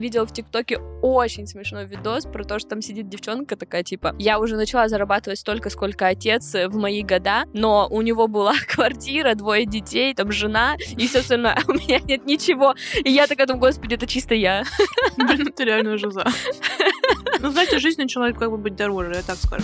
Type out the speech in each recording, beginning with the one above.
Видела в ТикТоке очень смешной видос про то, что там сидит девчонка такая, типа, я уже начала зарабатывать столько, сколько отец в мои года, но у него была квартира, 2 детей, там жена и все остальное, а у меня нет ничего. И я такая думаю, господи, это чисто я. Блин, это реально жиза. Ну, знаете, жизнь начала как бы быть дороже, я так скажу.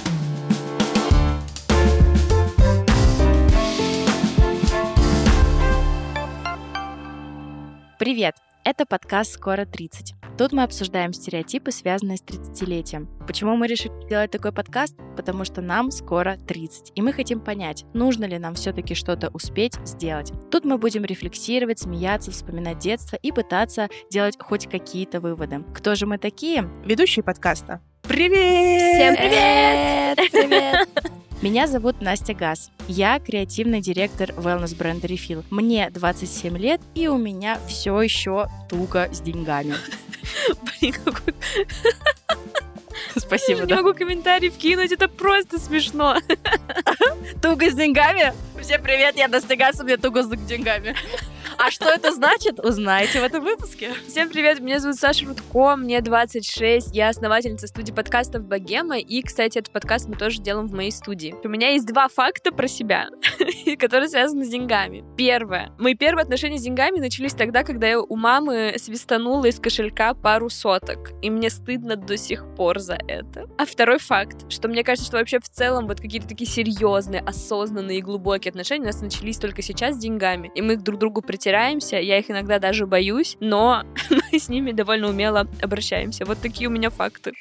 Привет! Это подкаст «Скоро 30». Тут мы обсуждаем стереотипы, связанные с 30-летием. Почему мы решили сделать такой подкаст? Потому что нам скоро 30, и мы хотим понять, нужно ли нам все-таки что-то успеть сделать. Тут мы будем рефлексировать, смеяться, вспоминать детство и пытаться делать хоть какие-то выводы. Кто же мы такие? Ведущие подкаста. Привет! Всем привет! Привет! Меня зовут Настя Газ. Я креативный директор wellness-бренда Refill. Мне 27 лет, и у меня все еще туго с деньгами. Блин, какой... Спасибо, Я да? не могу комментарий вкинуть, это просто смешно. Туго с деньгами? Всем привет, я Настя Газ, у меня туго с деньгами. А что это значит, узнаете в этом выпуске. Всем привет, меня зовут Саша Рудко, мне 26, я основательница студии подкастов «Богема», и, кстати, этот подкаст мы тоже делаем в моей студии. У меня есть 2 факта про себя, которые связаны с деньгами. Первое. Мои первые отношения с деньгами начались тогда, когда я у мамы свистанула из кошелька пару соток, и мне стыдно до сих пор за это. А второй факт, что мне кажется, что вообще в целом вот какие-то такие серьезные, осознанные и глубокие отношения у нас начались только сейчас с деньгами, и мы друг к другу притираемся, я их иногда даже боюсь, но мы с ними довольно умело обращаемся. Вот такие у меня факты.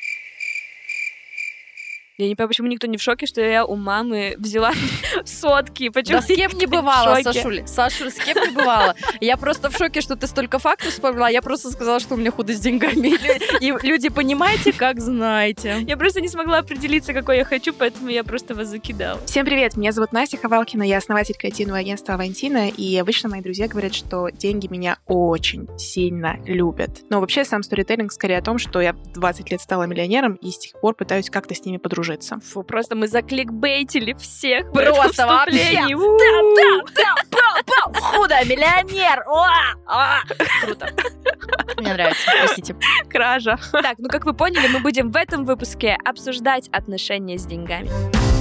Я не понимаю, почему никто не в шоке, что я у мамы взяла сотки. Почему да с кем не бывало, Сашуль. Сашуль, с кем не бывало. Я просто в шоке, что ты столько фактов вспомнила. Я просто сказала, что у меня худо с деньгами. И люди, понимаете, как знаете. Я просто не смогла определиться, какой я хочу, поэтому я просто вас закидала. Всем привет, меня зовут Настя Ховалкина, я основатель креативного агентства «Авантина», и обычно мои друзья говорят, что деньги меня очень сильно любят. Но вообще сам сторителлинг скорее о том, что я в 20 лет стала миллионером и с тех пор пытаюсь как-то с ними подружиться. Фу, просто мы закликбейтили всех. Просто вообще. Да, худо, миллионер. Круто. Мне нравится, простите. Кража. Так, ну как вы поняли, мы будем в этом выпуске обсуждать отношения с деньгами.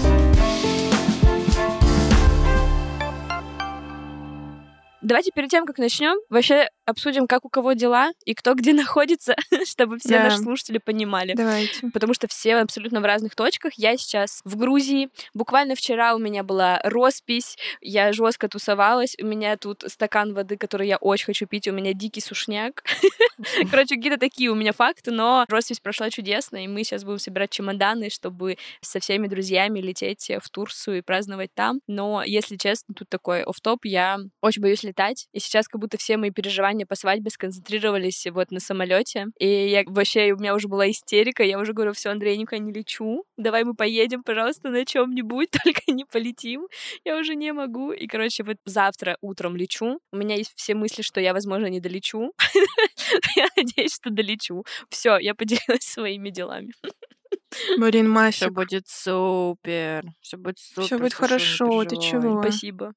Давайте перед тем, как начнем, вообще обсудим, как у кого дела и кто где находится, чтобы все наши слушатели понимали. Давайте. Потому что все абсолютно в разных точках. Я сейчас в Грузии. Буквально вчера у меня была роспись, я жестко тусовалась, у меня тут стакан воды, который я очень хочу пить, у меня дикий сушняк. Короче, какие-то такие у меня факты, но роспись прошла чудесно, и мы сейчас будем собирать чемоданы, чтобы со всеми друзьями лететь в Турцию и праздновать там. Но, если честно, тут такой офф-топ, я очень боюсь летать, и сейчас как будто все мои переживания по свадьбе сконцентрировались вот на самолете, и я вообще, у меня уже была истерика, я уже говорю, все, Андрей, я никуда не лечу, давай мы поедем, пожалуйста, на чем-нибудь, только не полетим, я уже не могу, и, короче, вот завтра утром лечу, у меня есть все мысли, что я, возможно, не долечу, я надеюсь, что долечу. Все, я поделилась своими делами. Блин, Мася. Все будет супер. Все будет супер. Все будет хорошо, ты чего? Спасибо.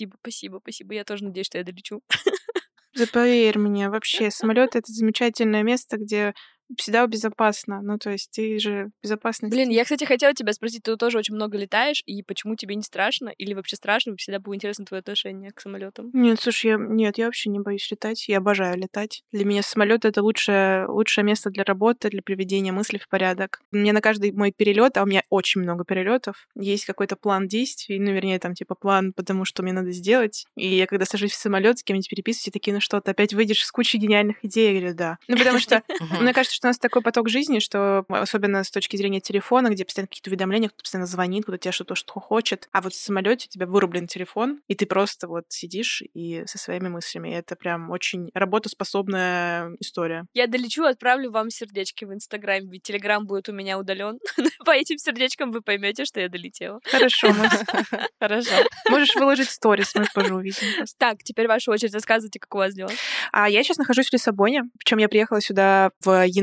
Я тоже надеюсь, что я долечу. Да поверь мне, вообще, самолет это замечательное место, где всегда безопасно. Ну, то есть ты же в безопасности. Блин, я, кстати, хотела тебя спросить, ты тоже очень много летаешь, и почему тебе не страшно? Или вообще страшно? Всегда было интересно твое отношение к самолетам. Нет, слушай, я вообще не боюсь летать. Я обожаю летать. Для меня самолет это лучшее место для работы, для приведения мыслей в порядок. Мне на каждый мой перелет, а у меня очень много перелетов, есть какой-то план действий, ну, вернее, там, типа, план, потому что мне надо сделать. И я когда сажусь в самолет, с кем-нибудь переписываюсь, все такие, ну что, ты опять выйдешь с кучей гениальных идей? Я говорю, да. Ну, потому что, мне кажется, что у нас такой поток жизни, что особенно с точки зрения телефона, где постоянно какие-то уведомления, кто-то постоянно звонит, кто-то тебе что-то хочет. А вот в самолете у тебя вырублен телефон, и ты просто вот сидишь и со своими мыслями. И это прям очень работоспособная история. Я долечу, отправлю вам сердечки в Инстаграм, ведь Телеграм будет у меня удален. По этим сердечкам вы поймете, что я долетела. Хорошо, Хорошо. Можешь выложить сторис, мы позже увидим. Так, теперь ваша очередь, рассказывайте, как у вас дела. Я сейчас нахожусь в Лиссабоне, причем я приехала сюда в январе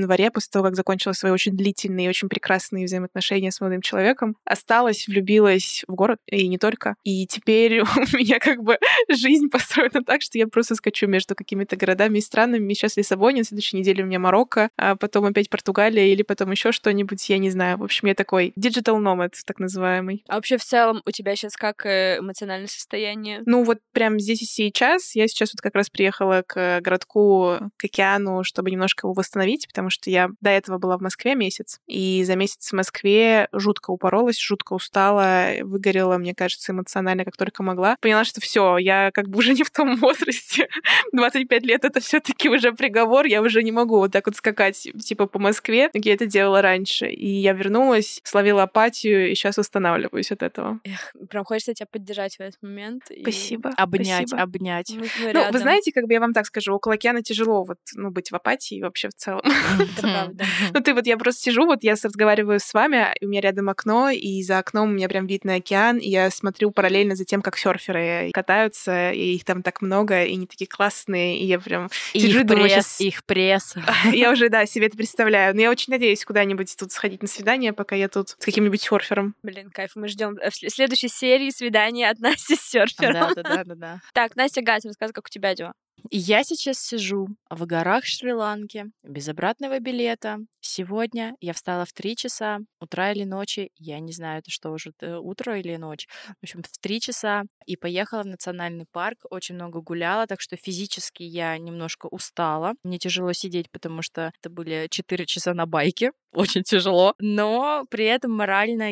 январе, после того, как закончила свои очень длительные и очень прекрасные взаимоотношения с молодым человеком, осталась, влюбилась в город, и не только. И теперь у меня как бы жизнь построена так, что я просто скачу между какими-то городами и странами. Сейчас Лиссабон, на следующей неделе у меня Марокко, а потом опять Португалия или потом еще что-нибудь, я не знаю. В общем, я такой digital nomad, так называемый. А вообще в целом у тебя сейчас как эмоциональное состояние? Ну вот прям здесь и сейчас. Я сейчас вот как раз приехала к городку, к океану, чтобы немножко его восстановить, потому что я до этого была в Москве месяц, и за месяц в Москве жутко упоролась, жутко устала, выгорела, мне кажется, эмоционально, как только могла. Поняла, что все, я как бы уже не в том возрасте. 25 лет — это все таки уже приговор, я уже не могу вот так вот скакать типа по Москве, как я это делала раньше. И я вернулась, словила апатию, и сейчас восстанавливаюсь от этого. Эх, прям хочется тебя поддержать в этот момент. Спасибо. Обнять, спасибо. обнять. Мы Ну, рядом. вы знаете, как бы я вам так скажу, около океана тяжело вот, ну, быть в апатии вообще в целом. Это правда. Ну, я просто сижу, вот я разговариваю с вами, и у меня рядом окно, и за окном у меня прям вид на океан, и я смотрю параллельно за тем, как серферы катаются, и их там так много, и они такие классные, и я прям сижу и думаю, сейчас... Их пресс. Я уже, да, себе это представляю. Но я очень надеюсь куда-нибудь тут сходить на свидание, пока я тут с каким-нибудь серфером. Блин, кайф. Мы ждем следующей серии свидания от Насти с серфером. Да. Так, Настя, Гать, рассказывай, как у тебя дела. Я сейчас сижу в горах Шри-Ланки без обратного билета. Сегодня я встала в 3 часа утра или ночи. Я не знаю, это что уже, утро или ночь. В общем, в 3 часа. И поехала в национальный парк. Очень много гуляла, так что физически я немножко устала. Мне тяжело сидеть, потому что это были 4 часа на байке. Очень тяжело. Но при этом морально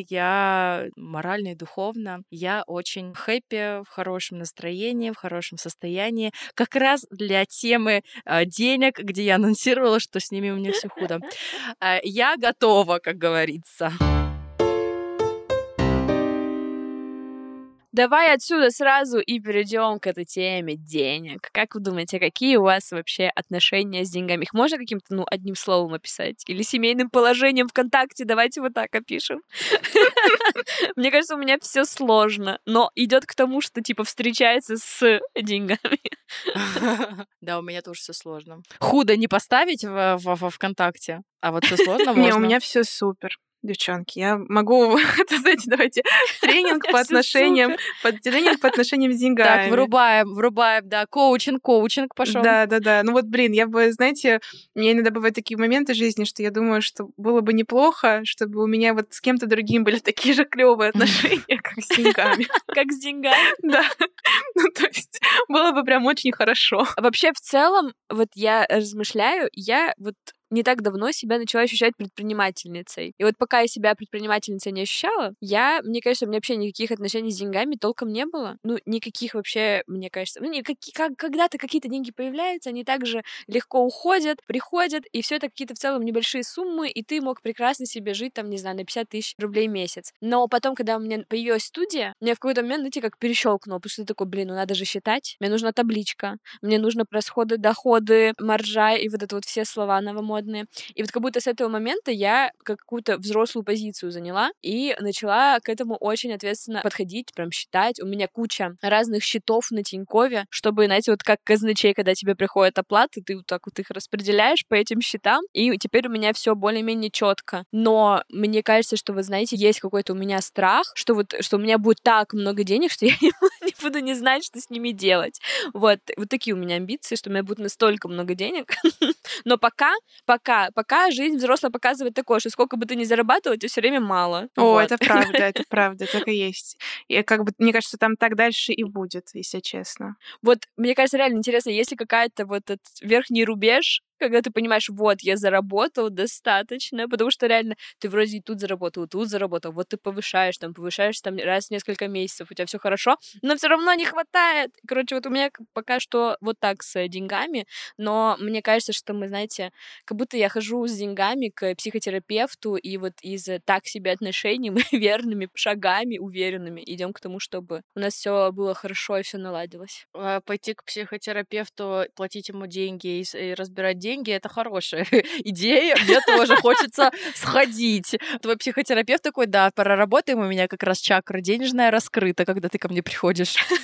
и духовно я очень хэппи, в хорошем настроении, в хорошем состоянии. Как раз для темы денег, где я анонсировала, что с ними у меня все худо. Я готова, как говорится. Давай отсюда сразу и перейдем к этой теме денег. Как вы думаете, какие у вас вообще отношения с деньгами? Их можно каким-то, одним словом описать? Или семейным положением ВКонтакте? Давайте вот так опишем. Мне кажется, у меня все сложно, но идет к тому, что типа встречается с деньгами. Да, у меня тоже все сложно. Худо не поставить во ВКонтакте, а вот все сложно можно. Не, у меня все супер. Девчонки, я могу, знаете, давайте тренинг по отношениям с деньгами. Так, врубаем, да, коучинг пошел. Да. Ну вот, блин, я бы, знаете, у меня иногда бывают такие моменты в жизни, что я думаю, что было бы неплохо, чтобы у меня вот с кем-то другим были такие же клевые отношения, как с деньгами. Как с деньгами? Да. Ну, то есть было бы прям очень хорошо. Вообще, в целом, вот я размышляю, я вот не так давно себя начала ощущать предпринимательницей. И вот пока я себя предпринимательницей не ощущала, мне кажется, у меня вообще никаких отношений с деньгами толком не было. Ну, никаких вообще, мне кажется. Когда-то какие-то деньги появляются, они также легко уходят, приходят, и все это какие-то в целом небольшие суммы, и ты мог прекрасно себе жить, там, не знаю, на 50 тысяч рублей в месяц. Но потом, когда у меня появилась студия, мне в какой-то момент, знаете, как перещелкнуло, потому что ты такой, блин, надо же считать, мне нужна табличка, мне нужно расходы, доходы, маржа и вот это вот все слова новомодные. И вот как будто с этого момента я какую-то взрослую позицию заняла и начала к этому очень ответственно подходить, прям считать. У меня куча разных счетов на Тинькове, чтобы, знаете, вот как казначей, когда тебе приходят оплаты, ты вот так вот их распределяешь по этим счетам, и теперь у меня все более-менее четко. Но мне кажется, что, вы знаете, есть какой-то у меня страх, что у меня будет так много денег, что я не буду не знать, что с ними делать. Вот такие у меня амбиции, что у меня будет настолько много денег. Но пока жизнь взрослая показывает такое, что сколько бы ты ни зарабатывал, тебе все время мало. О, это правда, так и есть. И как бы, мне кажется, там так дальше и будет, если честно. Вот, мне кажется, реально интересно, есть ли какая-то вот этот верхний рубеж, когда ты понимаешь, вот, я заработал достаточно, потому что реально ты вроде и тут заработал, вот ты повышаешься там раз в несколько месяцев, у тебя все хорошо, но все равно не хватает. Короче, вот у меня пока что вот так с деньгами, но мне кажется, что мы, знаете, как будто я хожу с деньгами к психотерапевту, и вот из так себе отношений мы верными шагами, уверенными идем к тому, чтобы у нас все было хорошо и все наладилось. Пойти к психотерапевту, платить ему деньги и разбирать деньги, это хорошая идея. Мне тоже хочется сходить. Твой психотерапевт такой, да, проработаем, у меня как раз чакра денежная раскрыта, когда ты ко мне приходишь.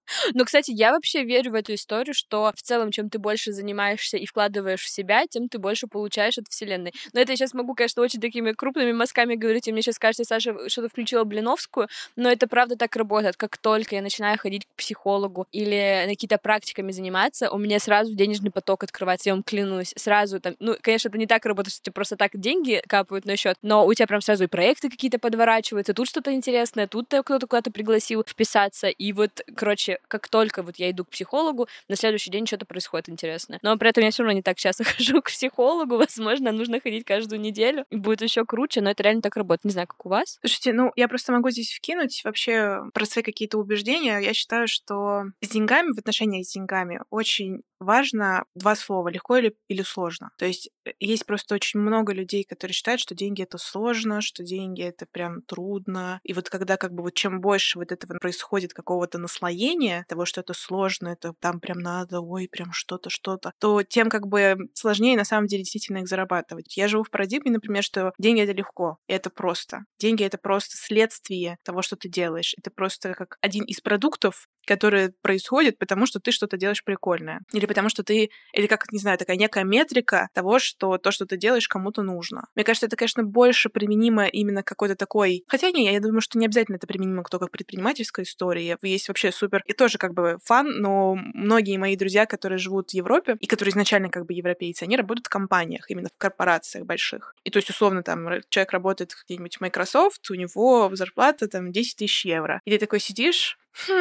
Но, кстати, я вообще верю в эту историю, что в целом, чем ты больше занимаешься и вкладываешь в себя, тем ты больше получаешь от вселенной. Но это я сейчас могу, конечно, очень такими крупными мазками говорить, и мне сейчас кажется, Саша что-то включила Блиновскую, но это правда так работает. Как только я начинаю ходить к психологу или какие-то практиками заниматься, у меня сразу денежный поток открывается, я вам клянусь. Сразу там, ну, конечно, это не так работает, что тебе просто так деньги капают на счет, но у тебя прям сразу и проекты какие-то подворачиваются, тут что-то интересное, тут кто-то куда-то пригласил вписаться, и вот, короче, как только вот я иду к психологу, на следующий день что-то происходит интересное. Но при этом я все равно не так часто хожу к психологу, возможно, нужно ходить каждую неделю, и будет еще круче, но это реально так работает. Не знаю, как у вас. Слушайте, ну, я просто могу здесь вкинуть вообще про свои какие-то убеждения. Я считаю, что с деньгами, в отношениях с деньгами очень важно два слова: легко или сложно. То есть есть просто очень много людей, которые считают, что деньги — это сложно, что деньги — это прям трудно. И вот когда как бы вот чем больше вот этого происходит какого-то наслоения, того, что это сложно, это там прям надо, ой, прям что-то, то тем как бы сложнее на самом деле действительно их зарабатывать. Я живу в парадигме, например, что деньги — это легко, и это просто. Деньги — это просто следствие того, что ты делаешь. Это просто как один из продуктов, которые происходят, потому что ты что-то делаешь прикольное. Или потому что ты... Или как, не знаю, такая некая метрика того, что то, что ты делаешь, кому-то нужно. Мне кажется, это, конечно, больше применимо именно к какой-то такой... Хотя не, я думаю, что не обязательно это применимо только к предпринимательской истории. Есть вообще супер... И тоже как бы фан, но многие мои друзья, которые живут в Европе, и которые изначально как бы европейцы, они работают в компаниях, именно в корпорациях больших. И то есть, условно, там, человек работает где-нибудь в Microsoft, у него зарплата там 10 тысяч евро. И ты такой сидишь...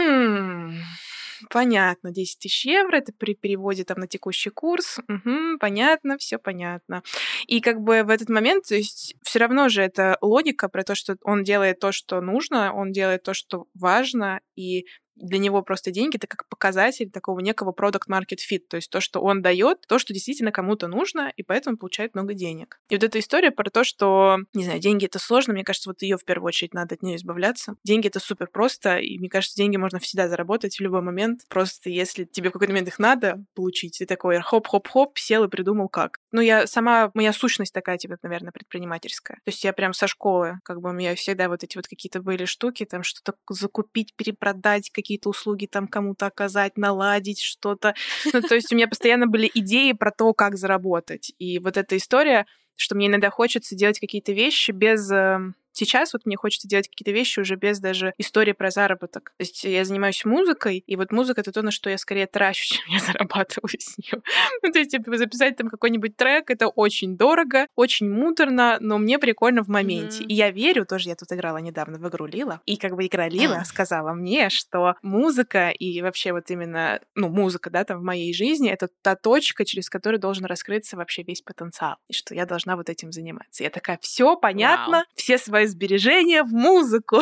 Понятно, 10 тысяч евро, это при переводе там на текущий курс. Угу, понятно, все понятно. И как бы в этот момент, то есть все равно же это логика про то, что он делает то, что нужно, он делает то, что важно, и для него просто деньги — это как показатель такого некого product market fit, то есть то, что он дает, то, что действительно кому-то нужно, и поэтому получает много денег. И вот эта история про то, что, не знаю, деньги — это сложно, мне кажется, вот ее в первую очередь надо от нее избавляться. Деньги — это супер просто, и мне кажется, деньги можно всегда заработать в любой момент. Просто если тебе в какой-то момент их надо получить, ты такой хоп-хоп-хоп, сел и придумал как. Ну, моя сущность такая, типа, наверное, предпринимательская. То есть я прям со школы, как бы у меня всегда вот эти вот какие-то были штуки, там что-то закупить, перепродать, какие-то услуги там кому-то оказать, наладить что-то. Ну, то есть у меня постоянно были идеи про то, как заработать. И вот эта история, что мне иногда хочется делать какие-то вещи без... Сейчас вот мне хочется делать какие-то вещи уже без даже истории про заработок. То есть я занимаюсь музыкой, и вот музыка — это то, на что я скорее трачу, чем я зарабатываю с нее. Ну, то есть типа, записать там какой-нибудь трек — это очень дорого, очень муторно, но мне прикольно в моменте. И я верю, тоже я тут играла недавно в игру Лила, и как бы игра Лила сказала мне, что музыка и вообще вот именно, ну, музыка, да, там в моей жизни — это та точка, через которую должен раскрыться вообще весь потенциал, и что я должна вот этим заниматься. Я такая: все понятно, все свои сбережения в музыку.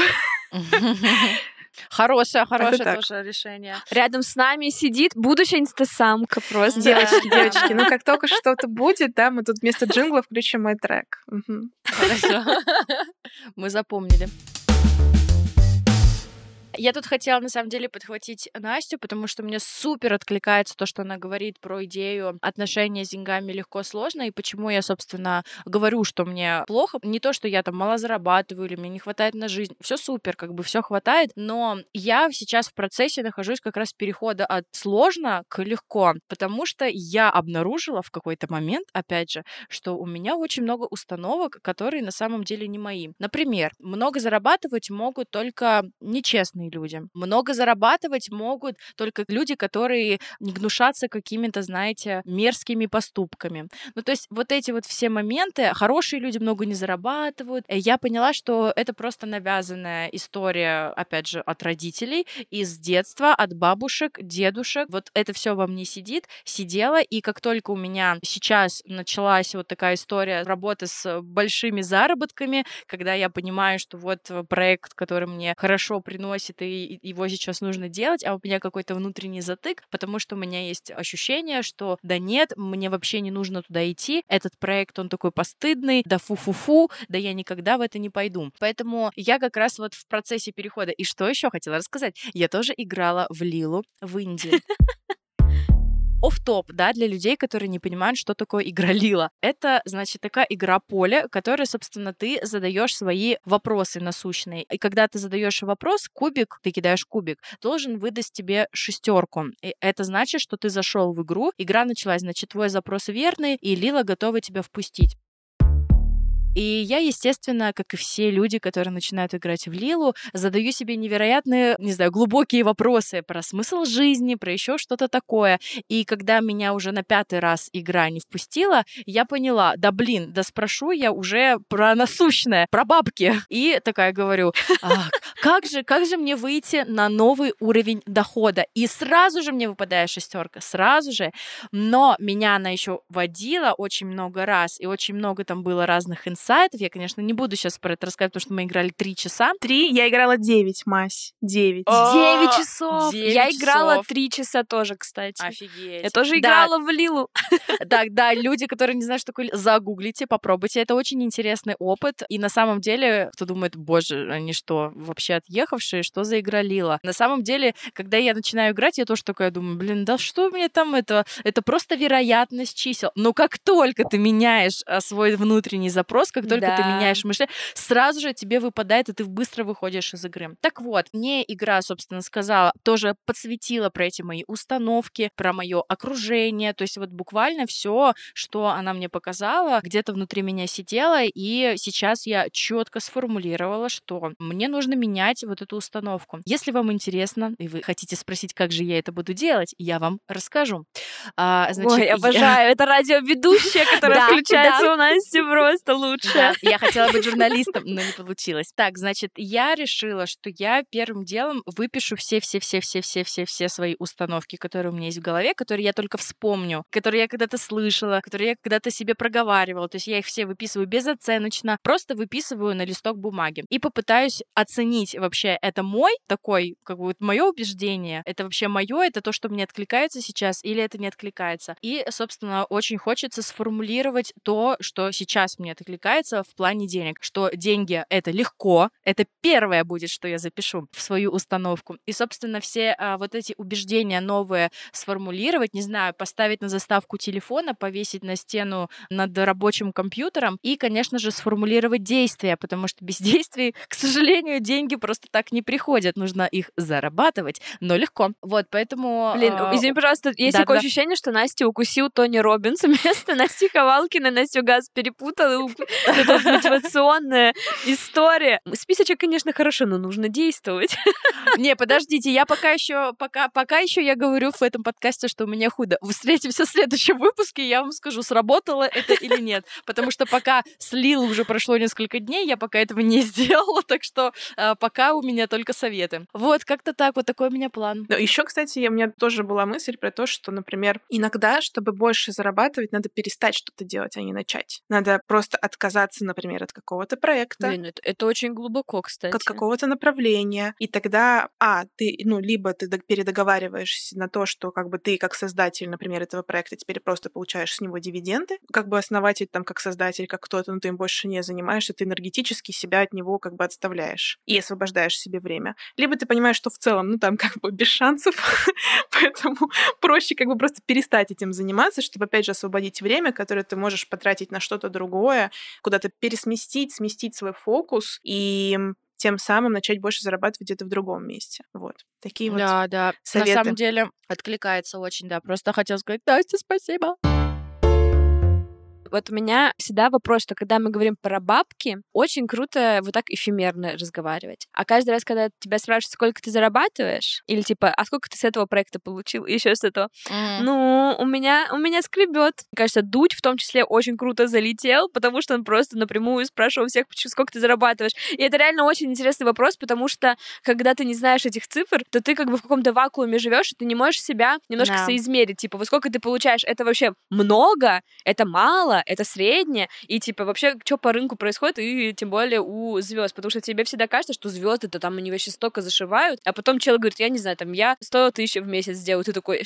Хорошее тоже решение. Рядом с нами сидит будущая инстасамка просто. Девочки, ну как только что-то будет, да, мы тут вместо джингла включим мой трек. Хорошо. Мы запомнили. Я тут хотела, на самом деле, подхватить Настю, потому что мне супер откликается то, что она говорит про идею отношения с деньгами легко-сложно, и почему я, собственно, говорю, что мне плохо. Не то, что я там мало зарабатываю или мне не хватает на жизнь. Все супер, как бы все хватает, но я сейчас в процессе нахожусь как раз перехода от сложно к легко, потому что я обнаружила в какой-то момент, опять же, что у меня очень много установок, которые на самом деле не мои. Например, много зарабатывать могут только нечестные люди. Много зарабатывать могут только люди, которые не гнушатся какими-то, знаете, мерзкими поступками. Ну, то есть вот эти вот все моменты, хорошие люди много не зарабатывают. Я поняла, что это просто навязанная история, опять же, от родителей, из детства, от бабушек, дедушек. Вот это все во мне сидела, и как только у меня сейчас началась вот такая история работы с большими заработками, когда я понимаю, что вот проект, который мне хорошо приносит, и его сейчас нужно делать, а у меня какой-то внутренний затык, потому что у меня есть ощущение, что да нет, мне вообще не нужно туда идти, этот проект, он такой постыдный, да фу-фу-фу, да я никогда в это не пойду. Поэтому я как раз вот в процессе перехода. И что еще хотела рассказать? Я тоже играла в Лилу в Индии. Офф-топ, да, для людей, которые не понимают, что такое игра Лила. Это, значит, такая игра поле, которая, собственно, ты задаешь свои вопросы насущные. И когда ты задаешь вопрос, кубик, ты кидаешь кубик, должен выдать тебе 6. И это значит, что ты зашел в игру, игра началась, значит, твой запрос верный, и Лила готова тебя впустить. И я, естественно, как и все люди, которые начинают играть в Лилу, задаю себе невероятные, не знаю, глубокие вопросы про смысл жизни, про еще что-то такое. И когда меня уже на 5-й раз игра не впустила, я поняла, да спрошу я уже про насущное, про бабки. И такая говорю, как же мне выйти на новый уровень дохода? И сразу же мне выпадает 6, сразу же. Но меня она еще водила очень много раз, и очень много там было разных инсайтов. Я, конечно, не буду сейчас про это рассказывать, потому что мы играли 3 часа. 3? Я играла 9, Мась. 9. 9 часов! 9 Я играла часов. 3 часа тоже, кстати. Офигеть. Я тоже играла в Лилу. Да, люди, которые не знают, что такое, загуглите, попробуйте. Это очень интересный опыт. И на самом деле, кто думает, боже, они что, вообще отъехавшие? Что за игра Лила? На самом деле, когда я начинаю играть, я тоже такая думаю, да что мне там это? Это просто вероятность чисел. Но как только ты меняешь свой внутренний запрос, как только ты меняешь мышление, сразу же тебе выпадает, и ты быстро выходишь из игры. Так вот, мне игра, собственно, сказала, тоже подсветила про эти мои установки, про мое окружение, то есть вот буквально все, что она мне показала, где-то внутри меня сидело, и сейчас я четко сформулировала, что мне нужно менять вот эту установку. Если вам интересно, и вы хотите спросить, как же я это буду делать, я вам расскажу. Ой, обожаю, это радиоведущая, которая включается у Насти, просто лучше. Да, я хотела быть журналистом, но не получилось. Так, значит, я решила, что я первым делом выпишу все свои установки, которые у меня есть в голове, которые я только вспомню, которые я когда-то слышала, которые я когда-то себе проговаривала. То есть я их все выписываю безоценочно, просто выписываю на листок бумаги и попытаюсь оценить вообще, это мой такой, как бы вот мое убеждение, это вообще мое, это то, что мне откликается сейчас, или это не откликается. И, собственно, очень хочется сформулировать то, что сейчас мне откликается в плане денег, что деньги — это легко, это первое будет, что я запишу в свою установку. И, собственно, все вот эти убеждения новые сформулировать, не знаю, поставить на заставку телефона, повесить на стену над рабочим компьютером и, конечно же, сформулировать действия, потому что без действий, к сожалению, деньги просто так не приходят. Нужно их зарабатывать, но легко. Вот, поэтому... Извини, пожалуйста, есть такое ощущение, что Настя укусил Тони Роббинс вместо Насти Ховалкина, Настю Газ перепутал. Это мотивационная история. Списочек, конечно, хорошо, но нужно действовать. Не, подождите, я пока еще я говорю в этом подкасте, что у меня худо. Встретимся в следующем выпуске, и я вам скажу, сработало это или нет. Потому что пока с Лилой уже прошло несколько дней, я пока этого не сделала, так что пока у меня только советы. Вот, как-то так, вот такой у меня план. Но еще, кстати, у меня тоже была мысль про то, что, например, иногда, чтобы больше зарабатывать, надо перестать что-то делать, а не начать. Надо просто отказаться, например, от какого-то проекта. Блин, это очень глубоко, кстати. От какого-то направления. И тогда, ты, либо ты передоговариваешься на то, что как бы ты как создатель, например, этого проекта теперь просто получаешь с него дивиденды, как бы основатель там как создатель, как кто-то, но ты им больше не занимаешься, ты энергетически себя от него как бы отставляешь и освобождаешь себе время. Либо ты понимаешь, что в целом, там как бы без шансов, поэтому проще как бы просто перестать этим заниматься, чтобы опять же освободить время, которое ты можешь потратить на что-то другое, куда-то сместить свой фокус и тем самым начать больше зарабатывать где-то в другом месте. Вот. Такие вот советы. На самом деле откликается очень, да. Просто хотела сказать, Настя, спасибо. Вот у меня всегда вопрос, что когда мы говорим про бабки, очень круто вот так эфемерно разговаривать. А каждый раз, когда тебя спрашивают, сколько ты зарабатываешь, или типа, а сколько ты с этого проекта получил, еще что-то, у меня скребет. Мне кажется, Дудь в том числе очень круто залетел, потому что он просто напрямую спрашивал всех, сколько ты зарабатываешь. И это реально очень интересный вопрос, потому что когда ты не знаешь этих цифр, то ты как бы в каком-то вакууме живешь, и ты не можешь себя немножко соизмерить. Типа, вот сколько ты получаешь, это вообще много, это мало, это среднее, и типа вообще, что по рынку происходит, и тем более у звезд, потому что тебе всегда кажется, что звезды-то там они вообще столько зашивают, а потом человек говорит, я не знаю, там я 100 тысяч в месяц сделаю, ты такой,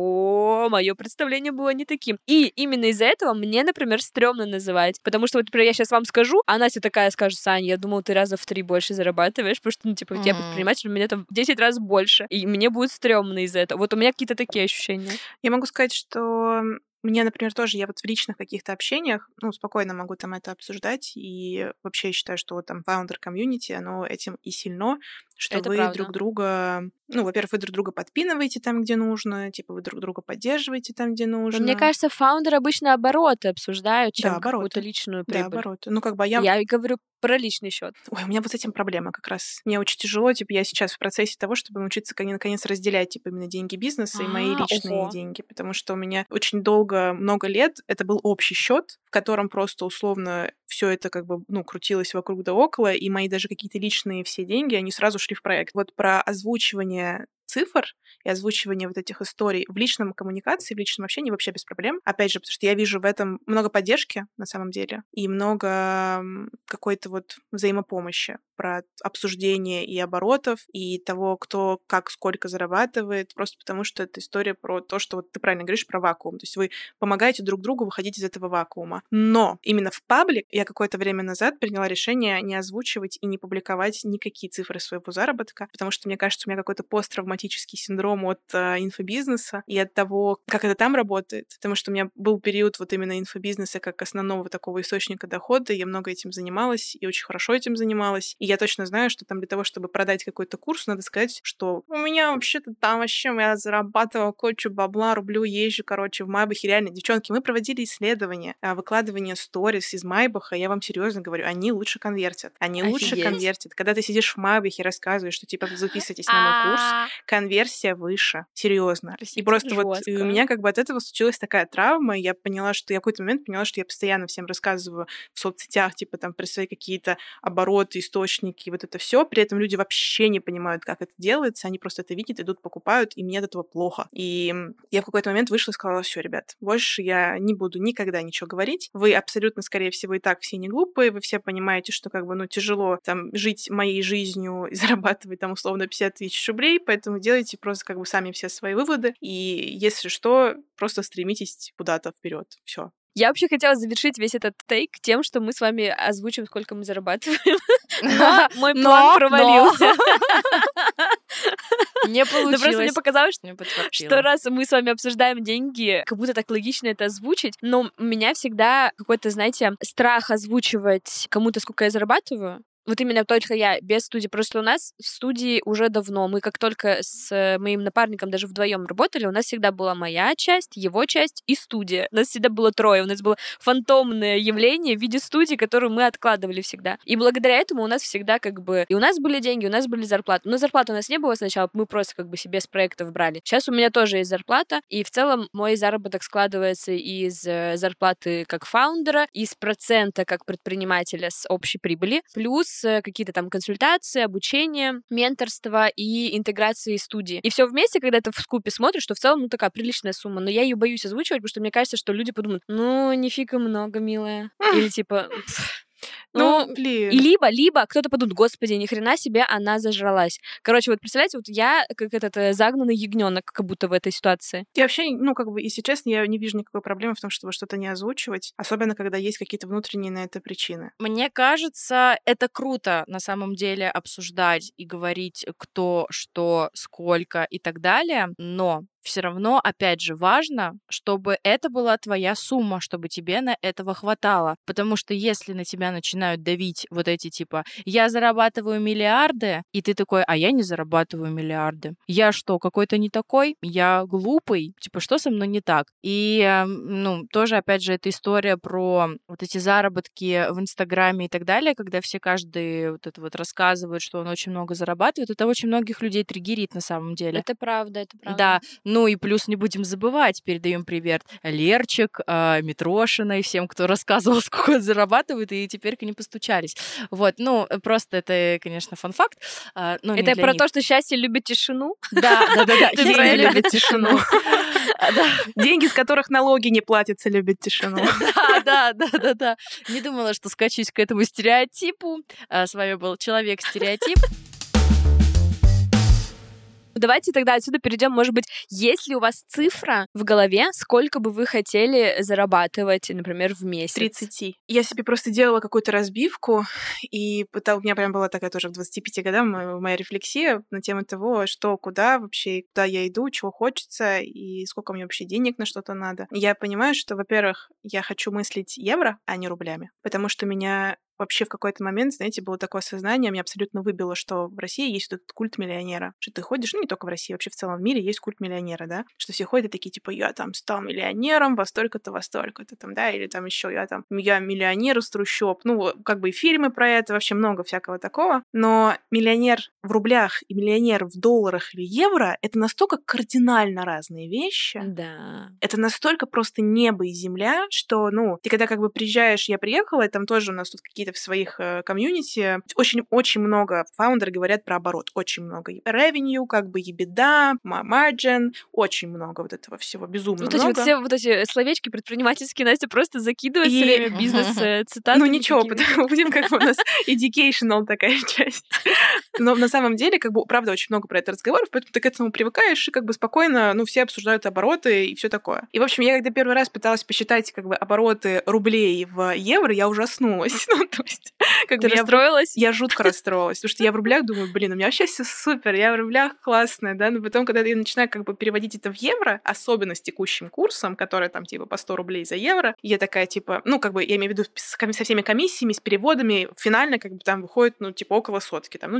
что? Мое представление было не таким. И именно из-за этого мне, например, стрёмно называть, потому что вот, например, я сейчас вам скажу, а Настя такая скажет, Сань, я думала, ты раза в 3 больше зарабатываешь, потому что, ну, типа, я предприниматель, у меня там в 10 раз больше, и мне будет стрёмно из-за этого. Вот у меня какие-то такие ощущения. Я могу сказать, что мне, например, тоже, я вот в личных каких-то общениях, ну, спокойно могу там это обсуждать, и вообще я считаю, что вот там фаундер-комьюнити, оно этим и сильно, что Это вы правда. друг друга, ну, во-первых, вы друг друга подпинываете там, где нужно, типа вы друг друга поддерживаете там, где нужно. Но мне кажется, фаундеры обычно обороты обсуждают, чем Да, обороты. какую-то личную Да, прибыль. обороты. Ну, как бы я... Я говорю про личный счет. Ой, у меня вот с этим проблема как раз. Мне очень тяжело, типа, я сейчас в процессе того, чтобы научиться наконец разделять, типа, именно деньги бизнеса и мои личные ого. деньги, потому что у меня очень долго, много лет, это был общий счет, в котором просто условно все это как бы, ну, крутилось вокруг да около, и мои даже какие-то личные все деньги, они сразу шли в проект. Вот про озвучивание цифр и озвучивание вот этих историй в личном коммуникации, в личном общении вообще без проблем. Опять же, потому что я вижу в этом много поддержки на самом деле и много какой-то вот взаимопомощи про обсуждение и оборотов, и того, кто как сколько зарабатывает, просто потому что это история про то, что вот ты правильно говоришь про вакуум. То есть вы помогаете друг другу выходить из этого вакуума. Но именно в паблик я какое-то время назад приняла решение не озвучивать и не публиковать никакие цифры своего заработка, потому что, мне кажется, у меня какой-то посттравматический синдром от инфобизнеса и от того, как это там работает. Потому что у меня был период вот именно инфобизнеса как основного такого источника дохода, и я много этим занималась, и очень хорошо этим занималась. И я точно знаю, что там для того, чтобы продать какой-то курс, надо сказать, что у меня вообще-то там вообще я зарабатывала кучу бабла, рублю, езжу, короче, в Майбахе. Реально, девчонки, мы проводили исследования, выкладывание сторис из Майбаха, я вам серьезно говорю, они лучше конвертят. Они лучше конвертят. Когда ты сидишь в Майбахе, рассказываешь, что типа записывайтесь на мой курс, конверсия выше. Серьезно. И просто вот у меня как бы от этого случилась такая травма, и я поняла, что я в какой-то момент поняла, что я постоянно всем рассказываю в соцсетях, типа там про свои какие-то обороты, источники, вот это все. При этом люди вообще не понимают, как это делается, они просто это видят, идут, покупают, и мне от этого плохо. И я в какой-то момент вышла и сказала, все, ребят, больше я не буду никогда ничего говорить. Вы абсолютно, скорее всего, и так все не глупые, вы все понимаете, что как бы, ну, тяжело там жить моей жизнью и зарабатывать там условно 50 тысяч рублей, поэтому делайте просто как бы сами все свои выводы, и если что, просто стремитесь куда-то вперед. Все. Я вообще хотела завершить весь этот тейк тем, что мы с вами озвучим, сколько мы зарабатываем. Но мой план провалился. Не получилось. Но просто мне показалось, что раз мы с вами обсуждаем деньги, как будто так логично это озвучить, но у меня всегда какой-то, знаете, страх озвучивать кому-то, сколько я зарабатываю. Вот именно только я, без студии. Просто у нас в студии уже давно. Мы как только с моим напарником даже вдвоем работали, у нас всегда была моя часть, его часть и студия. У нас всегда было трое. У нас было фантомное явление в виде студии, которую мы откладывали всегда. И благодаря этому у нас всегда как бы... И у нас были деньги, у нас были зарплаты. Но зарплаты у нас не было сначала, мы просто как бы себе с проектов брали. Сейчас у меня тоже есть зарплата, и в целом мой заработок складывается из зарплаты как фаундера, из процента как предпринимателя с общей прибыли, плюс какие-то там консультации, обучение, менторство и интеграции студии. И все вместе, когда ты вскупе смотришь, что в целом, ну, такая приличная сумма. Но я ее боюсь озвучивать, потому что мне кажется, что люди подумают, ну, нифига много, милая. Или типа... Ну, блин. И либо кто-то подумает, господи, ни хрена себе, она зажралась. Короче, вот представляете, вот я как этот загнанный ягненок, как будто в этой ситуации. И вообще, ну, как бы, если честно, я не вижу никакой проблемы в том, чтобы что-то не озвучивать, особенно когда есть какие-то внутренние на это причины. Мне кажется, это круто на самом деле обсуждать и говорить, кто, что, сколько и так далее, но все равно, опять же, важно, чтобы это была твоя сумма, чтобы тебе на этого хватало. Потому что если на тебя начинают давить вот эти типа «я зарабатываю миллиарды», и ты такой «а я не зарабатываю миллиарды». Я что, какой-то не такой? Я глупый? Типа, что со мной не так? И, ну, тоже, опять же, эта история про вот эти заработки в Инстаграме и так далее, когда все каждый вот это вот рассказывает, что он очень много зарабатывает, это очень многих людей триггерит на самом деле. Это правда, это правда. Да, Ну и плюс не будем забывать, передаем привет Лерчик, Митрошина и всем, кто рассказывал, сколько он зарабатывает, и теперь к ним постучались. Вот, ну, просто это, конечно, фан-факт. Это про то, что счастье любит тишину? Да. Счастье любит тишину. Деньги, с которых налоги не платятся, любят тишину. Да. Не думала, что скачусь к этому стереотипу. С вами был Человек-стереотип. Давайте тогда отсюда перейдем, может быть, есть ли у вас цифра в голове, сколько бы вы хотели зарабатывать, например, в месяц? 30. Я себе просто делала какую-то разбивку, и у меня прям была такая тоже в 25 годах моя рефлексия на тему того, что, куда вообще, куда я иду, чего хочется, и сколько мне вообще денег на что-то надо. Я понимаю, что, во-первых, я хочу мыслить евро, а не рублями, потому что меня вообще в какой-то момент, знаете, было такое сознание, меня абсолютно выбило, что в России есть этот культ миллионера. Что ты ходишь, ну не только в России, вообще в целом в мире есть культ миллионера, да? Что все ходят и такие, типа, я там стал миллионером во столько-то, там, да, или там еще я миллионер из трущоб. Ну, как бы и фильмы про это, вообще много всякого такого. Но миллионер в рублях и миллионер в долларах или евро — это настолько кардинально разные вещи. Да. Это настолько просто небо и земля, что, ну, ты когда как бы приезжаешь, я приехала, и там тоже у нас тут какие-то в своих комьюнити очень много фаундеры говорят про оборот, очень много. Revenue, как бы EBITDA, margin, очень много вот этого всего, безумно вот много. Эти все вот эти словечки предпринимательские Настя просто закидывает все время бизнес-цитаты. Ну ничего, будем как бы у нас educational такая часть. Но на самом деле, как бы, правда, очень много про это разговоров, поэтому ты к этому привыкаешь, и как бы спокойно, ну, все обсуждают обороты и все такое. И, в общем, я когда первый раз пыталась посчитать как бы обороты рублей в евро, я ужаснулась. Ну, то есть, как ты бы расстроилась? Я жутко расстроилась, потому что я в рублях думаю, блин, у меня вообще все супер, я в рублях классная, да, но потом, когда я начинаю как бы переводить это в евро, особенно с текущим курсом, который там типа по 100 рублей за евро, я такая типа, ну, как бы, я имею в виду со всеми комиссиями, с переводами, финально как бы там выходит, ну, типа около сотки, там, ну,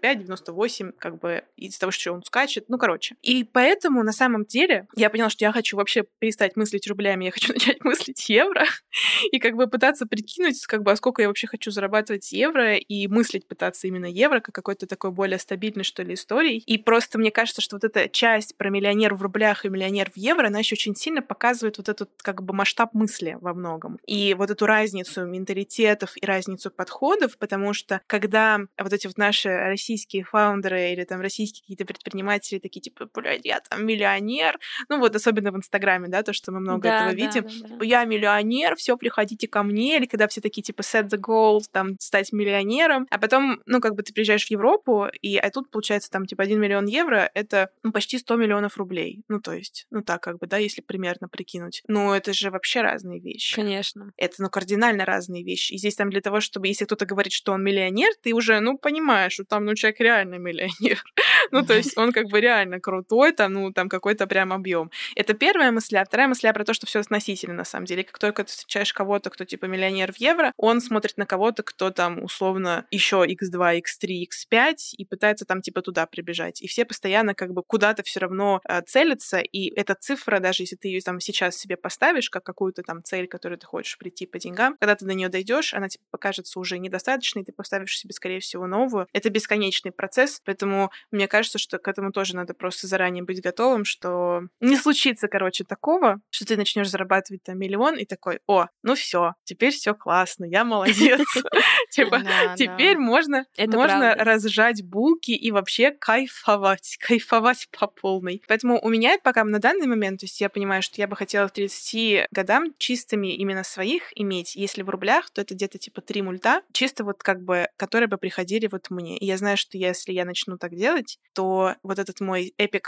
95-98, как бы, из-за того, что он скачет, ну, короче. И поэтому, на самом деле, я поняла, что я хочу вообще перестать мыслить рублями, я хочу начать мыслить евро, и как бы пытаться прикинуть, как бы, а сколько я вообще хочу зарабатывать евро, и мыслить пытаться именно евро, как какой-то такой более стабильной, что ли, историей. И просто мне кажется, что вот эта часть про миллионер в рублях и миллионер в евро, она еще очень сильно показывает вот этот как бы масштаб мысли во многом. И вот эту разницу менталитетов и разницу подходов, потому что когда вот эти вот наши российские фаундеры или там российские какие-то предприниматели такие, типа, блядь, я там миллионер, ну вот особенно в Инстаграме, да, то, что мы много этого видим, типа, я миллионер, все, приходите ко мне, или когда все такие, типа, set the goal, там, стать миллионером, а потом, ну, как бы ты приезжаешь в Европу, а тут, получается, там, типа, 1 миллион евро — это, ну, почти 100 миллионов рублей. Ну, то есть, ну, так, как бы, да, если примерно прикинуть. Ну, это же вообще разные вещи. Конечно. Это, ну, кардинально разные вещи. И здесь там для того, чтобы, если кто-то говорит, что он миллионер, ты уже, ну, понимаешь, что там, ну, человек реально миллионер. Ну, то есть он как бы реально крутой, там, ну, там какой-то прям объем. Это первая мысля. Вторая мысля про то, что все относительно, на самом деле. Как только ты встречаешь кого-то, кто, типа, миллионер в евро, он смотрит на кого-то, кто там, условно, еще x2, x3, x5, и пытается там, типа, туда прибежать. И все постоянно как бы куда-то все равно целятся, и эта цифра, даже если ты ее там сейчас себе поставишь, как какую-то там цель, которую ты хочешь прийти по деньгам, когда ты до нее дойдешь, она тебе покажется уже недостаточной, ты поставишь себе, скорее всего, новую. Это бесконечный процесс, поэтому мне кажется, что к этому тоже надо просто заранее быть готовым, что не случится, короче, такого, что ты начнешь зарабатывать там миллион и такой, о, ну все, теперь все классно, я молодец. Типа, теперь можно разжать булки и вообще кайфовать по полной. Поэтому у меня пока на данный момент, то есть я понимаю, что я бы хотела к 30 годам чистыми именно своих иметь. Если в рублях, то это где-то типа 3 мульта, чисто вот как бы, которые бы приходили вот мне. И я знаю, что если я начну так делать, то вот этот мой epic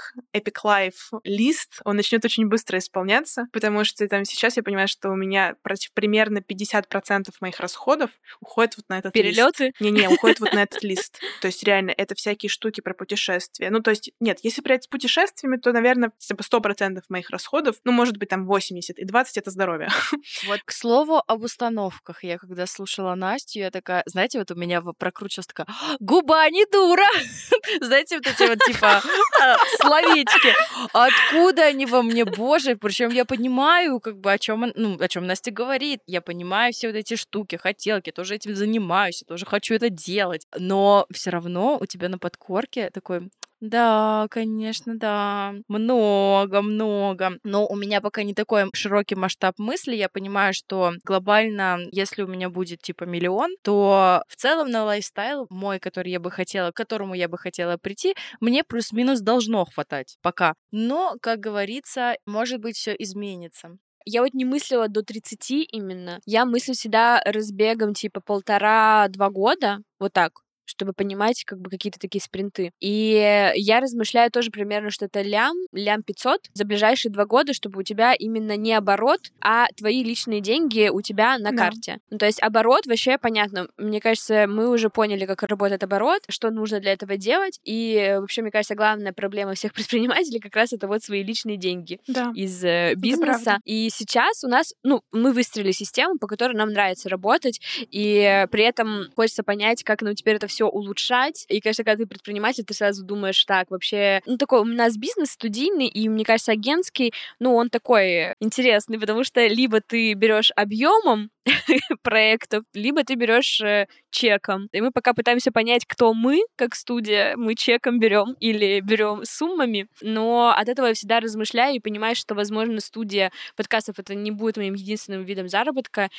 life лист, он начнет очень быстро исполняться, потому что там сейчас я понимаю, что у меня примерно 50% моих расходов уходит вот на этот перелеты? лист. Не-не, уходит вот на этот лист. То есть реально это всякие штуки про путешествия. Ну, то есть, нет, если брать с путешествиями, то, наверное, типа 100% моих расходов, ну, может быть, там 80, и 20 — это здоровье. Вот, к слову, об установках. Я когда слушала Настю, я такая, знаете, вот у меня прокручивалась такая, губа не дура! Знаете, вот эти вот, типа, словечки. Откуда они во мне, боже? Причем я понимаю, как бы, о чем Настя говорит. Я понимаю все вот эти штуки, хотелки, тоже этим занимаюсь, я тоже хочу это делать. Но все равно у тебя на подкорке такой Да, конечно, да. Много. Но у меня пока не такой широкий масштаб мысли. Я понимаю, что глобально, если у меня будет типа 1 000 000, то в целом на лайфстайл мой, который я бы хотела, к которому я бы хотела прийти, мне плюс-минус должно хватать пока. Но, как говорится, может быть, все изменится. Я вот не мыслила до 30 именно. Я мыслю всегда разбегом типа 1,5-2 года, вот так, чтобы понимать как бы какие-то такие спринты. И я размышляю тоже примерно, что это лям 500 за ближайшие 2 года, чтобы у тебя именно не оборот, а твои личные деньги у тебя на карте. Ну, то есть оборот вообще понятно. Мне кажется, мы уже поняли, как работает оборот, что нужно для этого делать. И вообще, мне кажется, главная проблема всех предпринимателей как раз это вот свои личные деньги из бизнеса. И сейчас у нас, мы выстроили систему, по которой нам нравится работать, и при этом хочется понять, как нам теперь это все улучшать. И, конечно, когда ты предприниматель, ты сразу думаешь, так, вообще... такой у нас бизнес студийный, и, мне кажется, агентский, он такой интересный, потому что либо ты берешь объемом проектов, либо ты берешь чеком. И мы пока пытаемся понять, кто мы, как студия, мы чеком берем или берем суммами, но от этого я всегда размышляю и понимаю, что, возможно, студия подкастов это не будет моим единственным видом заработка,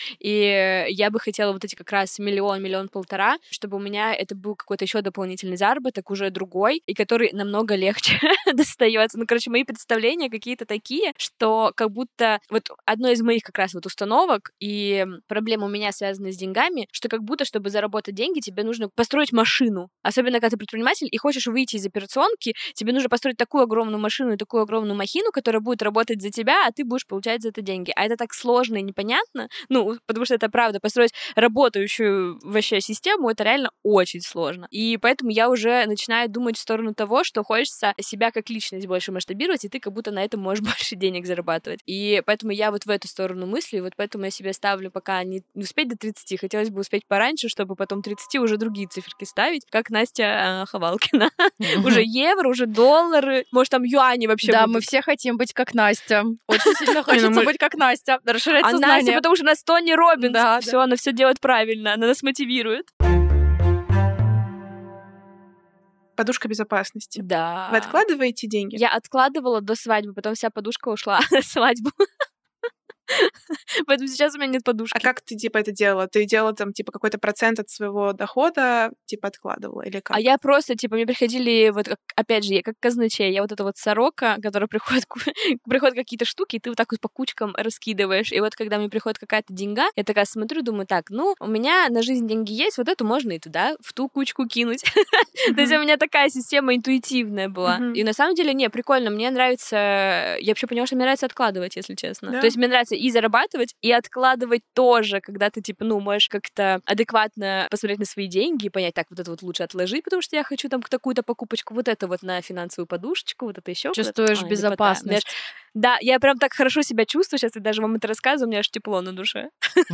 и я бы хотела вот эти как раз 1 000 000, 1,5 миллиона, чтобы у меня это был какой-то еще дополнительный заработок, уже другой, и который намного легче достается. Мои представления какие-то такие, что как будто вот одно из моих как раз вот установок и проблема у меня связана с деньгами, что как будто, чтобы заработать деньги, тебе нужно построить машину. Особенно, когда ты предприниматель и хочешь выйти из операционки, тебе нужно построить такую огромную машину и такую огромную махину, которая будет работать за тебя, а ты будешь получать за это деньги. А это так сложно и непонятно, потому что это правда, построить работающую вообще систему, это реально очень сложно. И поэтому я уже начинаю думать в сторону того, что хочется себя как личность больше масштабировать, и ты как будто на этом можешь больше денег зарабатывать. И поэтому я вот в эту сторону мыслю, и вот поэтому я себе ставлю пока не успеть до 30, хотелось бы успеть пораньше, чтобы потом 30 уже другие циферки ставить, как Настя Ховалкина. Уже евро, уже доллары, может, там юани вообще Да, будут. мы все хотим быть как Настя. Очень сильно хочется быть как Настя, расширять сознание. Настя, потому что у нас Тони Роббинс. Все, она все делает правильно, она нас мотивирует. Подушка безопасности. Да. Вы откладываете деньги? Я откладывала до свадьбы, потом вся подушка ушла на свадьбу. Поэтому сейчас у меня нет подушки. А как ты, это делала? Ты делала там, какой-то процент от своего дохода, откладывала или как? А я просто, мне приходили, опять же, я как казначей, я вот эта вот сорока, которая приходит какие-то штуки, и ты вот так вот по кучкам раскидываешь. И вот когда мне приходит какая-то деньга, я такая смотрю, думаю, так, у меня на жизнь деньги есть, вот эту можно и туда, в ту кучку кинуть. То есть у меня такая система интуитивная была. И на самом деле, прикольно, мне нравится, я вообще поняла, что мне нравится откладывать, если честно. То есть мне нравится и зарабатывать, и откладывать тоже, когда ты, можешь как-то адекватно посмотреть на свои деньги и понять, так, вот это вот лучше отложить, потому что я хочу там такую-то покупочку, вот это вот на финансовую подушечку, вот это еще. Чувствуешь безопасность. Да, я прям так хорошо себя чувствую, сейчас я даже вам это рассказываю, у меня аж тепло на душе.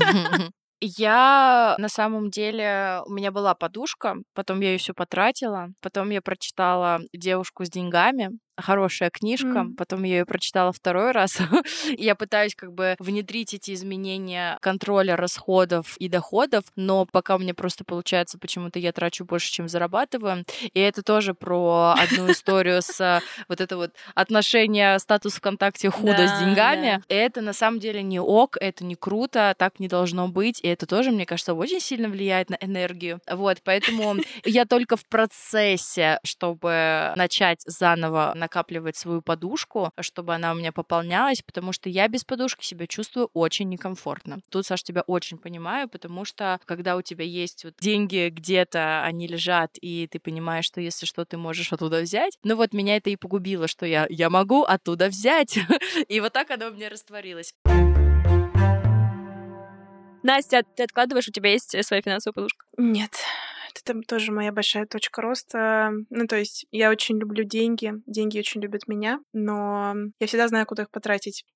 Я, на самом деле, у меня была подушка, потом я ее все потратила, потом я прочитала «Девушку с деньгами», хорошая книжка, потом я ее прочитала 2 раз. Я пытаюсь внедрить эти изменения контроля расходов и доходов, но пока у меня просто получается, почему-то я трачу больше, чем зарабатываю. И это тоже про одну историю с вот это вот отношение статус ВКонтакте худо с деньгами. Это на самом деле не ок, это не круто, так не должно быть. И это тоже, мне кажется, очень сильно влияет на энергию. Вот, поэтому я только в процессе, чтобы начать заново накапливать свою подушку, чтобы она у меня пополнялась, потому что я без подушки себя чувствую очень некомфортно. Тут, Саш, тебя очень понимаю, потому что когда у тебя есть деньги где-то, они лежат, и ты понимаешь, что если что, ты можешь оттуда взять. Но вот меня это и погубило, что я могу оттуда взять. И вот так оно у меня растворилось. Настя, ты откладываешь, у тебя есть своя финансовая подушка? Нет. Это тоже моя большая точка роста. То есть я очень люблю деньги очень любят меня, но я всегда знаю, куда их потратить.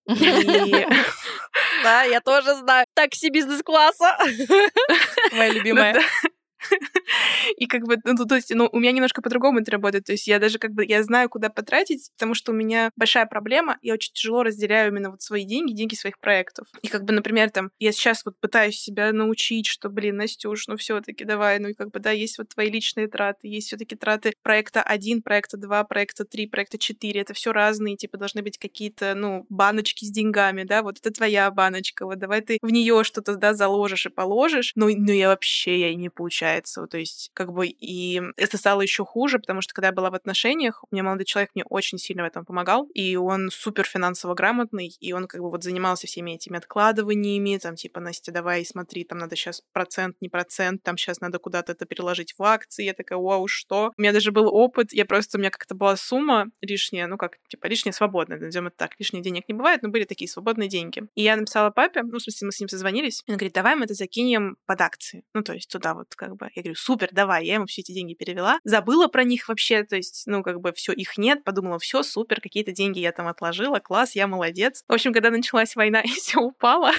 Да, я тоже знаю. Такси бизнес-класса. Моя любимая. И как бы, ну, то есть, ну, у меня немножко по-другому это работает. То есть я даже как бы, я знаю, куда потратить, потому что у меня большая проблема, я очень тяжело разделяю именно вот свои деньги своих проектов. И как бы, например, там, я сейчас вот пытаюсь себя научить, что, блин, Настюш, ну все-таки давай, ну и как бы, да, есть вот твои личные траты, есть все-таки траты проекта 1, проекта 2, проекта 3, проекта 4, это все разные, типа, должны быть какие-то, ну, баночки с деньгами, да, вот это твоя баночка, вот давай ты в нее что-то, да, заложишь и положишь, но я вообще, я и не получается, вот, то есть, как бы, и это стало еще хуже, потому что, когда я была в отношениях, у меня молодой человек мне очень сильно в этом помогал, и он супер финансово грамотный, и он как бы вот занимался всеми этими откладываниями, там, типа, Настя, давай, смотри, там надо сейчас процент, не процент, там сейчас надо куда-то это переложить в акции, я такая, вау, что? У меня даже был опыт, у меня как-то была сумма лишняя, ну как, типа, лишняя свободная, назовем это так, лишних денег не бывает, но были такие свободные деньги. И я написала папе, ну, в смысле, мы с ним созвонились, и он говорит, давай мы это закинем под акции, ну, то есть туда вот как бы. Я говорю, супер, давай, я ему все эти деньги перевела, забыла про них вообще, то есть, ну, как бы все, их нет, подумала, все, супер, какие-то деньги я там отложила, класс, я молодец. В общем, когда началась война и все упало,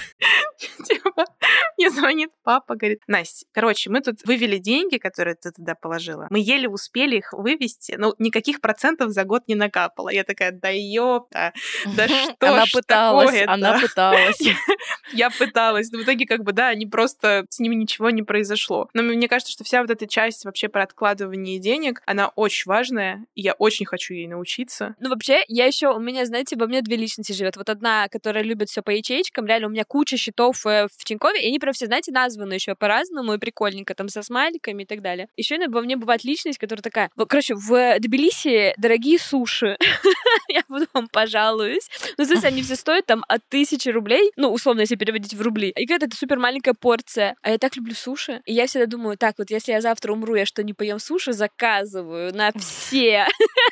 типа, мне звонит папа, говорит, Настя, короче, мы тут вывели деньги, которые ты туда положила, мы еле успели их вывести, но никаких процентов за год не накапало. Я такая, да ёпта, да что Она ж пыталась, такое-то? она пыталась. Я пыталась, но в итоге как бы, да, они просто, с ними ничего не произошло. Но мне кажется, что вся вот эта часть вообще про откладывание денег, она очень важная, и я очень хочу ей научиться. Ну, вообще, у меня, знаете, во мне две личности живет. Вот одна, которая любит все по ячейкам, реально у меня куча счетов в Тинькове, и они прям все, знаете, названы еще по-разному и прикольненько, там, со смайликами и так далее. Еще во мне бывает личность, которая такая, короче, в Тбилиси дорогие суши. Я потом пожалуюсь. Ну, то есть они все стоят там от 1000 рублей, ну, условно, если переводить в рубли. И какая-то это супер маленькая порция. А я так люблю суши. И я всегда думаю, так, вот если я завтра умру, я что, не поем суши, заказываю на все.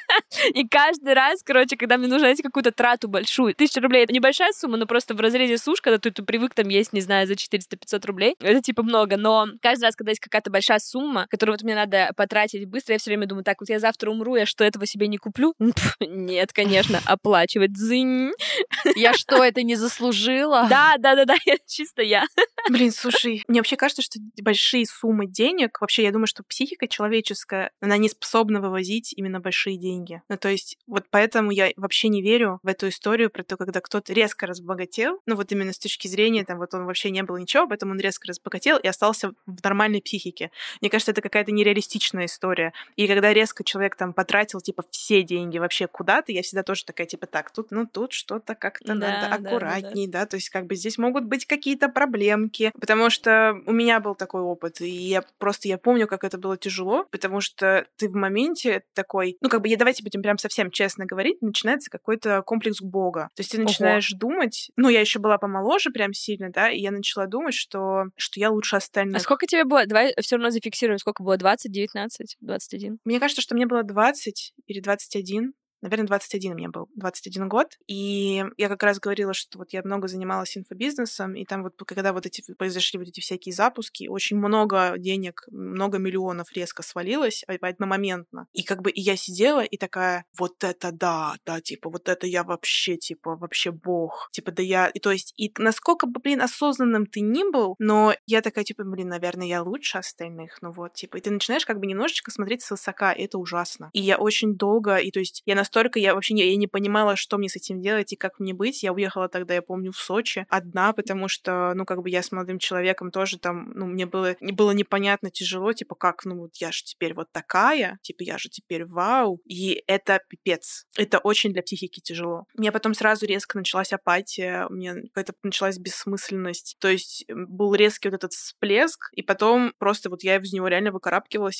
И каждый раз, короче, когда мне нужно найти какую-то трату большую, 1000 рублей — это небольшая сумма, но просто в разрезе суш, когда ты привык там есть, не знаю, за 400-500 рублей, это типа много, но каждый раз, когда есть какая-то большая сумма, которую вот мне надо потратить быстро, я все время думаю, так, вот я завтра умру, я что, этого себе не куплю? Нет, конечно, оплачивать. Дзынь. Я что, это не заслужила? Да, чисто я. Блин, слушай, мне вообще кажется, что большие суммы денег, вообще, я думаю, что психика человеческая, она не способна вывозить именно большие деньги. Ну, то есть, вот поэтому я вообще не верю в эту историю про то, когда кто-то резко разбогател, ну, вот именно с точки зрения, там, вот он вообще не был ничего, поэтому он резко разбогател и остался в нормальной психике. Мне кажется, это какая-то нереалистичная история. И когда резко человек там потратил, типа, все деньги вообще куда-то, я всегда тоже такая, типа, так, тут что-то как-то надо аккуратней, да, то есть как бы здесь могут быть какие-то проблемки, потому что у меня был такой опыт, и я помню, как это было тяжело, потому что ты в моменте такой, ну, как бы, давайте будем прям совсем честно говорить, начинается какой-то комплекс Бога. То есть ты начинаешь думать, ну, я еще была помоложе прям сильно, да, и я начала думать, что я лучше остальных. А сколько тебе было? Давай все равно зафиксируем, сколько было? 20, 19, 21? Мне кажется, что мне было 20 или 21. Наверное, 21 мне был, 21 год. И я как раз говорила, что вот я много занималась инфобизнесом, и там вот когда вот произошли вот эти всякие запуски, очень много денег, много миллионов резко свалилось одномоментно. И как бы и я сидела и такая, вот это да, типа, вот это я вообще, типа, вообще бог. Типа, да я... И то есть, и насколько бы, блин, осознанным ты ни был, но я такая, типа, блин, наверное, я лучше остальных, ну вот, типа, и ты начинаешь как бы немножечко смотреть свысока, и это ужасно. И я очень долго, и то есть, я вообще не понимала, что мне с этим делать и как мне быть. Я уехала тогда, я помню, в Сочи одна, потому что, ну, как бы я с молодым человеком тоже там, ну, мне было непонятно, тяжело, типа, как, ну, вот я же теперь вот такая, типа, я же теперь вау, и это пипец. Это очень для психики тяжело. У меня потом сразу резко началась апатия, у меня какая-то началась бессмысленность, то есть был резкий вот этот всплеск, и потом просто вот я из него реально выкарабкивалась,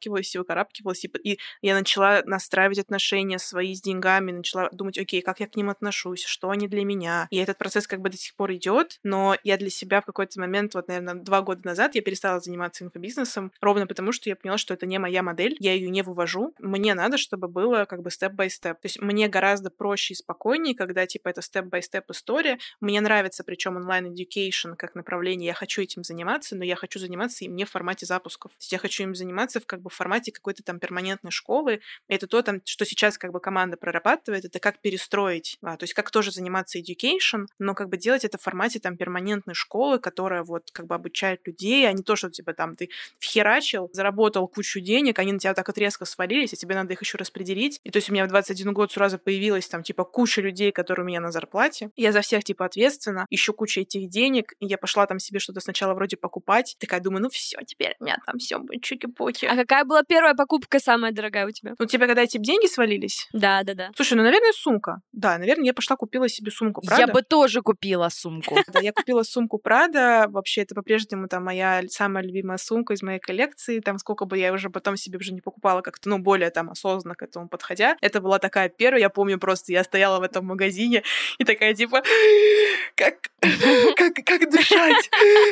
и я начала настраивать отношения свои с деньгами, начала думать, окей, как я к ним отношусь, что они для меня. И этот процесс как бы до сих пор идет, но я для себя в какой-то момент, вот, наверное, 2 года назад я перестала заниматься инфобизнесом, ровно потому, что я поняла, что это не моя модель, я ее не вывожу. Мне надо, чтобы было как бы степ-бай-степ. То есть мне гораздо проще и спокойнее, когда типа это степ-бай-степ история. Мне нравится, причем онлайн-эдюкейшн как направление, я хочу этим заниматься, но я хочу заниматься им не в формате запусков. То есть я хочу им заниматься в формате какой-то там перманентной школы. Это то, там, что сейчас как бы команда прорабатывает, это как перестроить, то есть как тоже заниматься education, но как бы делать это в формате там перманентной школы, которая вот как бы обучает людей, а не то, что типа там ты вхерачил, заработал кучу денег, они на тебя так вот резко свалились, и тебе надо их еще распределить. И то есть у меня в 21 год сразу появилась там типа куча людей, которые у меня на зарплате. Я за всех типа ответственна, еще куча этих денег, и я пошла там себе что-то сначала вроде покупать. Такая думаю, ну все, теперь у меня там все будет чуки-пуки. А какая была первая покупка самая дорогая у тебя? У тебя когда эти деньги свалились? Да. Слушай, ну, наверное, сумка. Да, наверное, я пошла купила себе сумку Prada. Я бы тоже купила сумку. Да, я купила сумку Prada. Вообще, это по-прежнему там моя самая любимая сумка из моей коллекции. Там сколько бы я уже потом себе уже не покупала как-то, ну, более там осознанно к этому подходя. Это была такая первая, я помню просто, я стояла в этом магазине и такая типа, как дышать?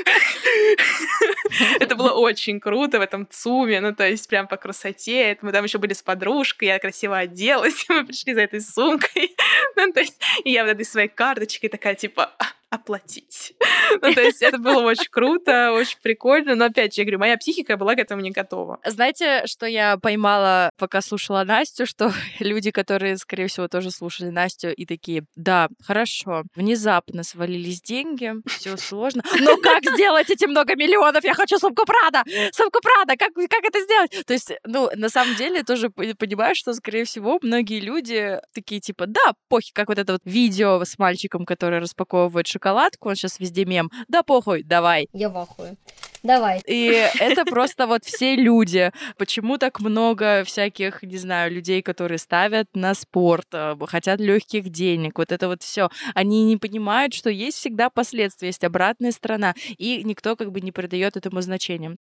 Это было очень круто в этом ЦУМе, ну, то есть прям по красоте. Мы там еще были с подружкой, я красиво оделась, мы пришли за этой сумкой. Ну, то есть и я вот этой своей карточкой такая, типа, оплатить. Ну, то есть это было очень круто, очень прикольно, но опять же, я говорю, моя психика была к этому не готова. Знаете, что я поймала, пока слушала Настю, что люди, которые, скорее всего, тоже слушали Настю и такие, да, хорошо, внезапно свалились деньги, все сложно, но как сделать эти много миллионов? Я хочу сумку Prada! Сумку Prada! Как это сделать? То есть, ну, на самом деле, тоже понимаю, что, скорее всего, многие люди такие, типа, да, похер, как вот это вот видео с мальчиком, который распаковывает шоколадку, он сейчас везде мем, да похуй, давай. Я в ахуе. Давай. И это просто вот все люди. Почему так много всяких, не знаю, людей, которые ставят на спорт, хотят легких денег, вот это вот все. Они не понимают, что есть всегда последствия, есть обратная сторона, и никто как бы не придает этому значения.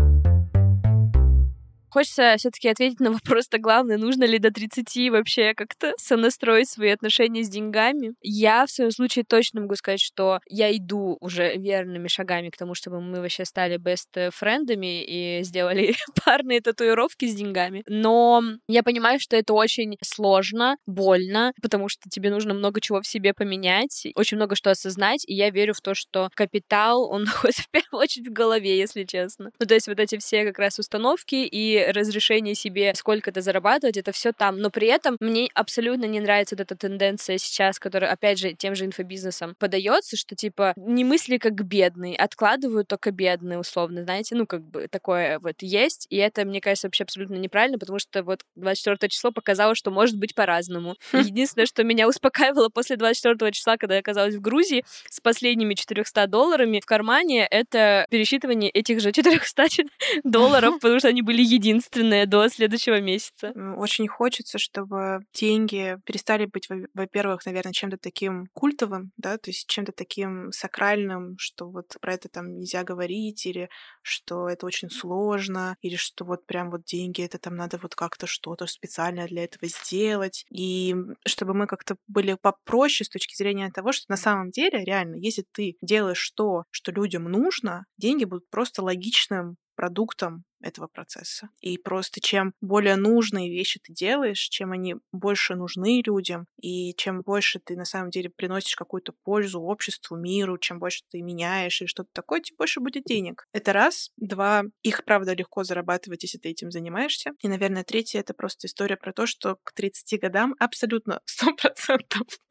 Хочется все-таки ответить на вопрос-то главный, нужно ли до 30 вообще как-то сонастроить свои отношения с деньгами. Я в своем случае точно могу сказать, что я иду уже верными шагами к тому, чтобы мы вообще стали бест-френдами и сделали парные татуировки с деньгами. Но я понимаю, что это очень сложно, больно, потому что тебе нужно много чего в себе поменять, очень много что осознать, и я верю в то, что капитал, он находится в первую очередь в голове, если честно. Ну, то есть вот эти все как раз установки и разрешение себе сколько-то зарабатывать, это все там. Но при этом мне абсолютно не нравится вот эта тенденция сейчас, которая, опять же, тем же инфобизнесом подается, что, типа, не мысли как бедный, откладывают только бедные, условно, знаете, ну, как бы такое вот есть, и это, мне кажется, вообще абсолютно неправильно, потому что вот 24 число показало, что может быть по-разному. Единственное, что меня успокаивало после 24 числа, когда я оказалась в Грузии с последними $400 в кармане, это пересчитывание этих же $400, потому что они были единственные до следующего месяца. Очень хочется, чтобы деньги перестали быть, во-первых, наверное, чем-то таким культовым, да, то есть чем-то таким сакральным, что вот про это там нельзя говорить, или что это очень сложно, или что вот прям вот деньги, это там надо вот как-то что-то специально для этого сделать, и чтобы мы как-то были попроще с точки зрения того, что на самом деле, реально, если ты делаешь то, что людям нужно, деньги будут просто логичным продуктом этого процесса. И просто чем более нужные вещи ты делаешь, чем они больше нужны людям, и чем больше ты на самом деле приносишь какую-то пользу обществу, миру, чем больше ты меняешь или что-то такое, тем больше будет денег. Это раз. Два. Их, правда, легко зарабатывать, если ты этим занимаешься. И, наверное, третье — это просто история про то, что к 30 годам абсолютно 100%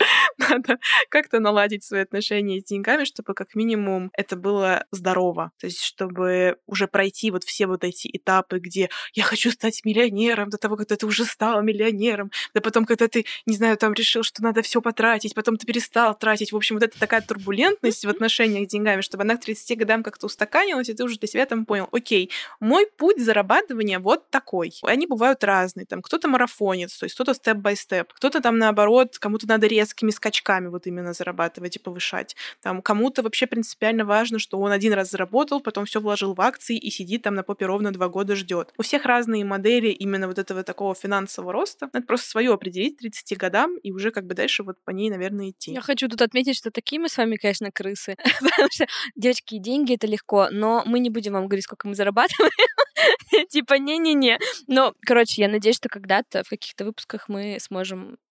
надо как-то наладить свои отношения с деньгами, чтобы как минимум это было здорово. То есть чтобы уже пройти вот все вот эти этапы, где я хочу стать миллионером, до того, когда ты уже стал миллионером, да потом, когда ты, не знаю, там решил, что надо все потратить, потом ты перестал тратить. В общем, вот это такая турбулентность в отношениях с деньгами, чтобы она к 30 годам как-то устаканилась, и ты уже для себя там понял, окей, мой путь зарабатывания вот такой. Они бывают разные. Там кто-то марафонец, то есть кто-то степ-бай-степ, кто-то там наоборот, кому-то надо резкими скачками вот именно зарабатывать и повышать. Там кому-то вообще принципиально важно, что он один раз заработал, потом все вложил в акции и сидит там на попе ровно 2 года ждет. У всех разные модели именно вот этого такого финансового роста. Надо просто свою определить к 30 годам и уже как бы дальше вот по ней, наверное, идти. Я хочу тут отметить, что такие мы с вами, конечно, крысы. Потому что, девочки, деньги — это легко, но мы не будем вам говорить, сколько мы зарабатываем. Типа, не-не-не. Но, короче, я надеюсь, что когда-то в каких-то выпусках мы сможем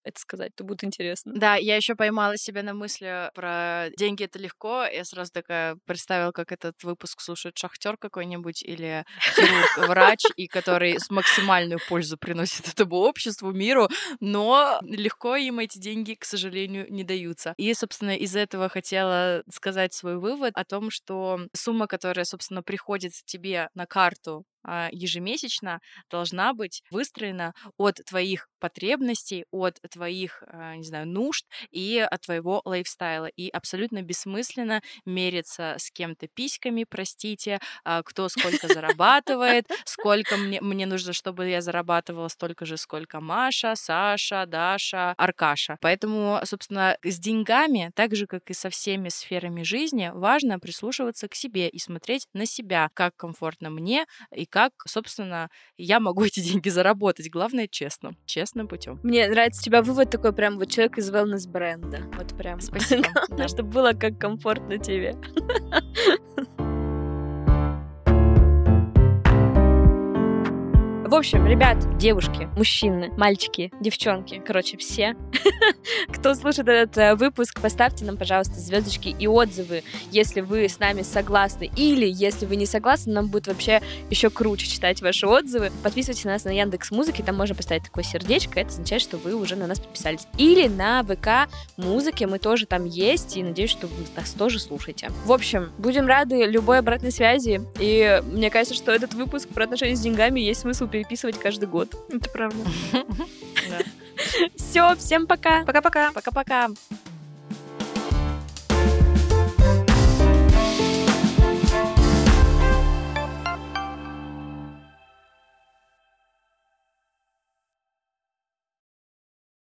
это сказать, то будет интересно. Да, я еще поймала себя на мысли про деньги это легко. Я сразу такая представила, как этот выпуск слушает шахтер какой-нибудь или хирург-врач, и который с максимальную пользу приносит этому обществу, миру, но легко им эти деньги, к сожалению, не даются. И, собственно, из этого хотела сказать свой вывод о том, что сумма, которая, собственно, приходит тебе на карту ежемесячно, должна быть выстроена от твоих потребностей, от твоих, не знаю, нужд и от твоего лайфстайла. И абсолютно бессмысленно мериться с кем-то письками, простите, кто сколько зарабатывает, сколько мне нужно, чтобы я зарабатывала столько же, сколько Маша, Саша, Даша, Аркаша. Поэтому, собственно, с деньгами, так же, как и со всеми сферами жизни, важно прислушиваться к себе и смотреть на себя, как комфортно мне и как, собственно, я могу эти деньги заработать. Главное, честно. Честным путем. Мне нравится у тебя вывод такой прям вот человек из wellness-бренда. Вот прям. Спасибо. Главное, чтобы было как комфортно тебе. В общем, ребят, девушки, мужчины, мальчики, девчонки, короче, все, кто слушает этот выпуск, поставьте нам, пожалуйста, звездочки и отзывы, если вы с нами согласны, или если вы не согласны, нам будет вообще еще круче читать ваши отзывы. Подписывайтесь на нас на Яндекс.Музыке, там можно поставить такое сердечко, это означает, что вы уже на нас подписались. Или на ВК Музыке, мы тоже там есть, и надеюсь, что вы нас тоже слушаете. В общем, будем рады любой обратной связи, и мне кажется, что этот выпуск про отношения с деньгами есть смысл переписывать каждый год. Это правда. Все, всем пока. Пока-пока. Пока-пока.